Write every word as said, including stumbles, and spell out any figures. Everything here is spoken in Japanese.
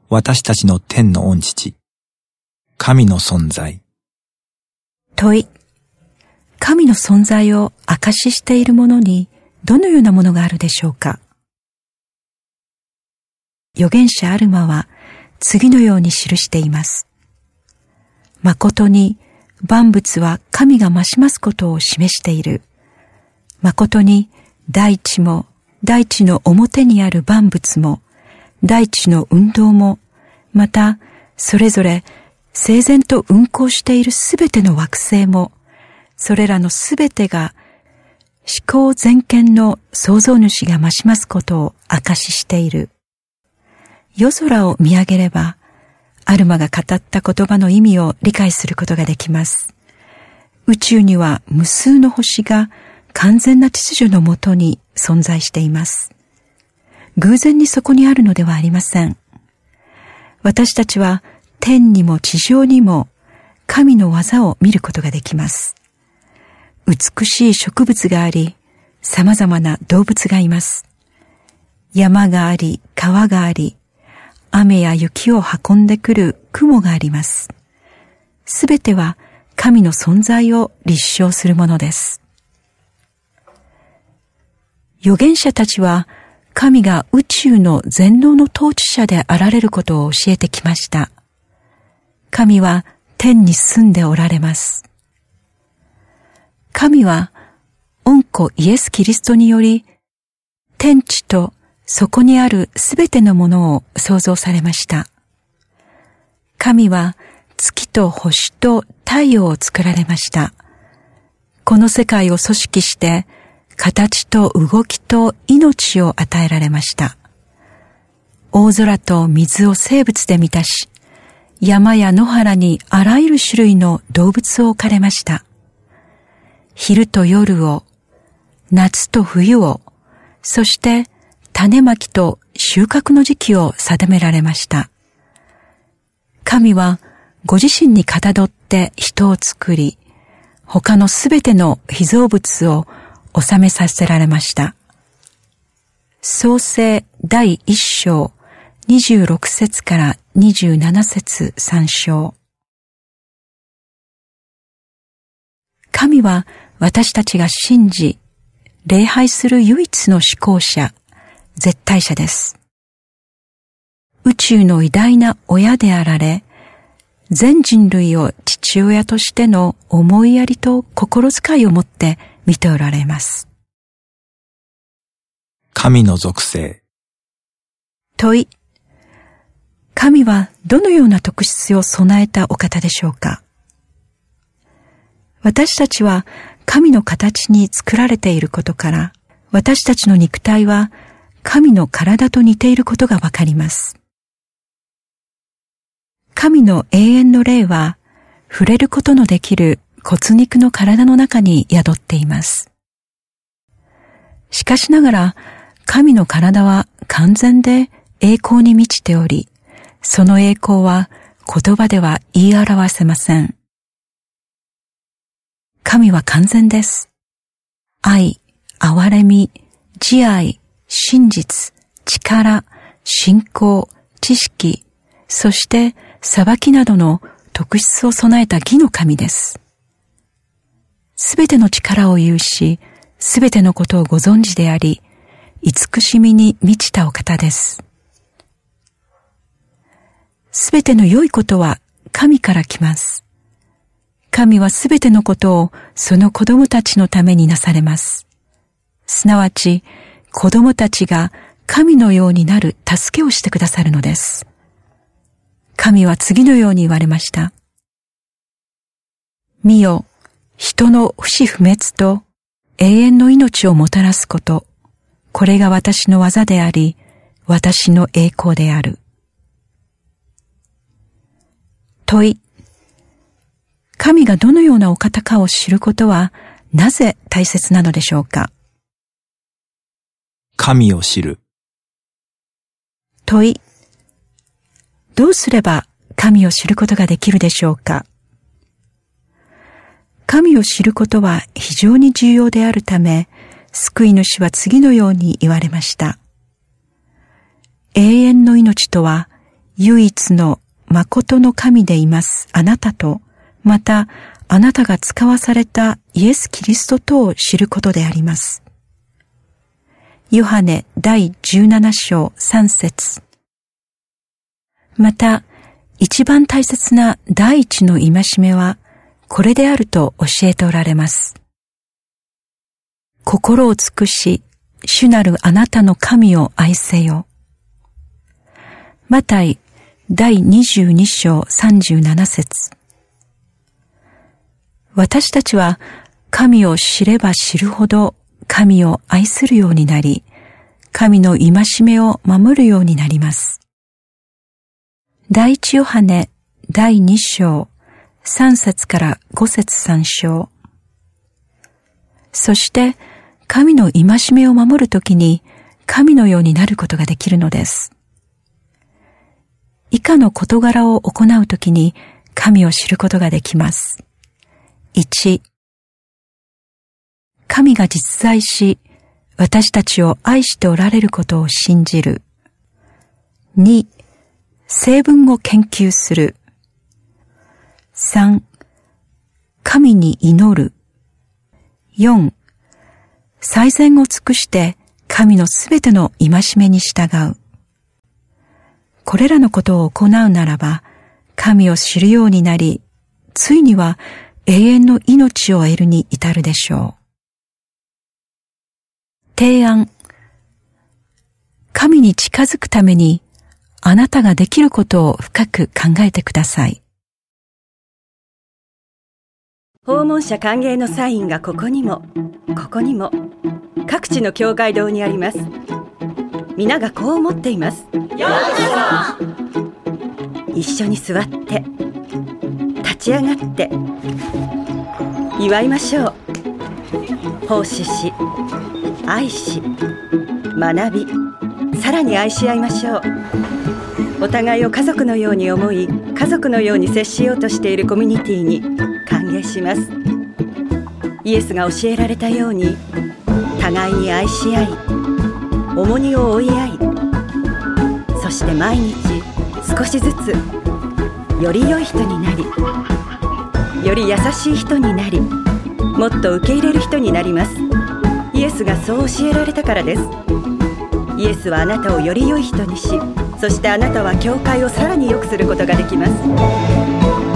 私たちの天の御父、神の存在。 問い。神の存在を証ししているものにどのようなものがあるでしょうか。預言者アルマは次のように記しています。誠に万物は神が増しますことを示している。誠に大地も大地の表にある万物も大地の運動もまたそれぞれ整然と運行しているすべての惑星もそれらのすべてが思考全権の創造主が増しますことを証ししている。夜空を見上げれば、アルマが語った言葉の意味を理解することができます。宇宙には無数の星が完全な秩序のもとに存在しています。偶然にそこにあるのではありません。私たちは天にも地上にも神の技を見ることができます。美しい植物があり、様々な動物がいます。山があり、川があり、雨や雪を運んでくる雲があります。すべては神の存在を立証するものです。預言者たちは神が宇宙の全能の統治者であられることを教えてきました。神は天に住んでおられます。神は御子イエス・キリストにより天地とそこにあるすべてのものを創造されました。神は月と星と太陽を作られました。この世界を組織して形と動きと命を与えられました。大空と水を生物で満たし、山や野原にあらゆる種類の動物を置かれました。昼と夜を、夏と冬を、そして種まきと収穫の時期を定められました。神はご自身にかたどって人を作り、他のすべての被造物を収めさせられました。創世第一章にじゅうろく節からにじゅうなな節参照。神は私たちが信じ、礼拝する唯一の至高者、絶対者です。宇宙の偉大な親であられ、全人類を父親としての思いやりと心遣いを持って見ておられます。 神の属性。 問い。神はどのような特質を備えたお方でしょうか。私たちは神の形に作られていることから、私たちの肉体は神の体と似ていることがわかります。神の永遠の霊は、触れることのできる骨肉の体の中に宿っています。しかしながら、神の体は完全で栄光に満ちており、その栄光は言葉では言い表せません。神は完全です。愛、憐れみ、慈愛、真実、力、信仰、知識、そして裁きなどの特質を備えた義の神です。すべての力を有し、すべてのことをご存知であり、慈しみに満ちたお方です。すべての良いことは神から来ます。神はすべてのことをその子供たちのためになされます。すなわち、子供たちが神のようになる助けをしてくださるのです。神は次のように言われました。見よ、人の不死不滅と永遠の命をもたらすこと、これが私の技であり、私の栄光である。問い。神がどのようなお方かを知ることはなぜ大切なのでしょうか。 神を知る。 問い。どうすれば神を知ることができるでしょうか。神を知ることは非常に重要であるため、救い主は次のように言われました。永遠の命とは、 唯一の誠の神でいますあなたと、またあなたが使わされたイエス・キリストとを知ることであります。ヨハネ第じゅうなな章さん節。また、一番大切な第一の戒めは、これであると教えておられます。心を尽くし、主なるあなたの神を愛せよ。マタイ第にじゅうに章さんじゅうなな節。私たちは神を知れば知るほど神を愛するようになり、神の戒めを守るようになります。第一ヨハネ第二章三節から五節参照。そして神の戒めを守るときに神のようになることができるのです。以下の事柄を行うときに神を知ることができます。いち、神が実在し、私たちを愛しておられることを信じる。に、聖文を研究する。さん、神に祈る。よん、最善を尽くして神のすべての戒めに従う。これらのことを行うならば、神を知るようになり、ついには永遠の命を得るに至るでしょう。提案。神に近づくために、あなたができることを深く考えてください。 訪問者歓迎のサインがここにも、ここにも、各地の教会堂にあります。皆がこう思っています。ようこそ。一緒に座って、立ち上がって、祝いましょう。奉仕し、愛し、学び、さらに愛し合いましょう。お互いを家族のように思い、家族のように接しようとしているコミュニティに歓迎します。イエスが教えられたように、互いに愛し合い、重荷を負い合い、そして毎日少しずつより良い人になり、より優しい人になり、もっと受け入れる人になります。イエスがそう教えられたからです。イエスはあなたをより良い人にし、そしてあなたは教会をさらに良くすることができます。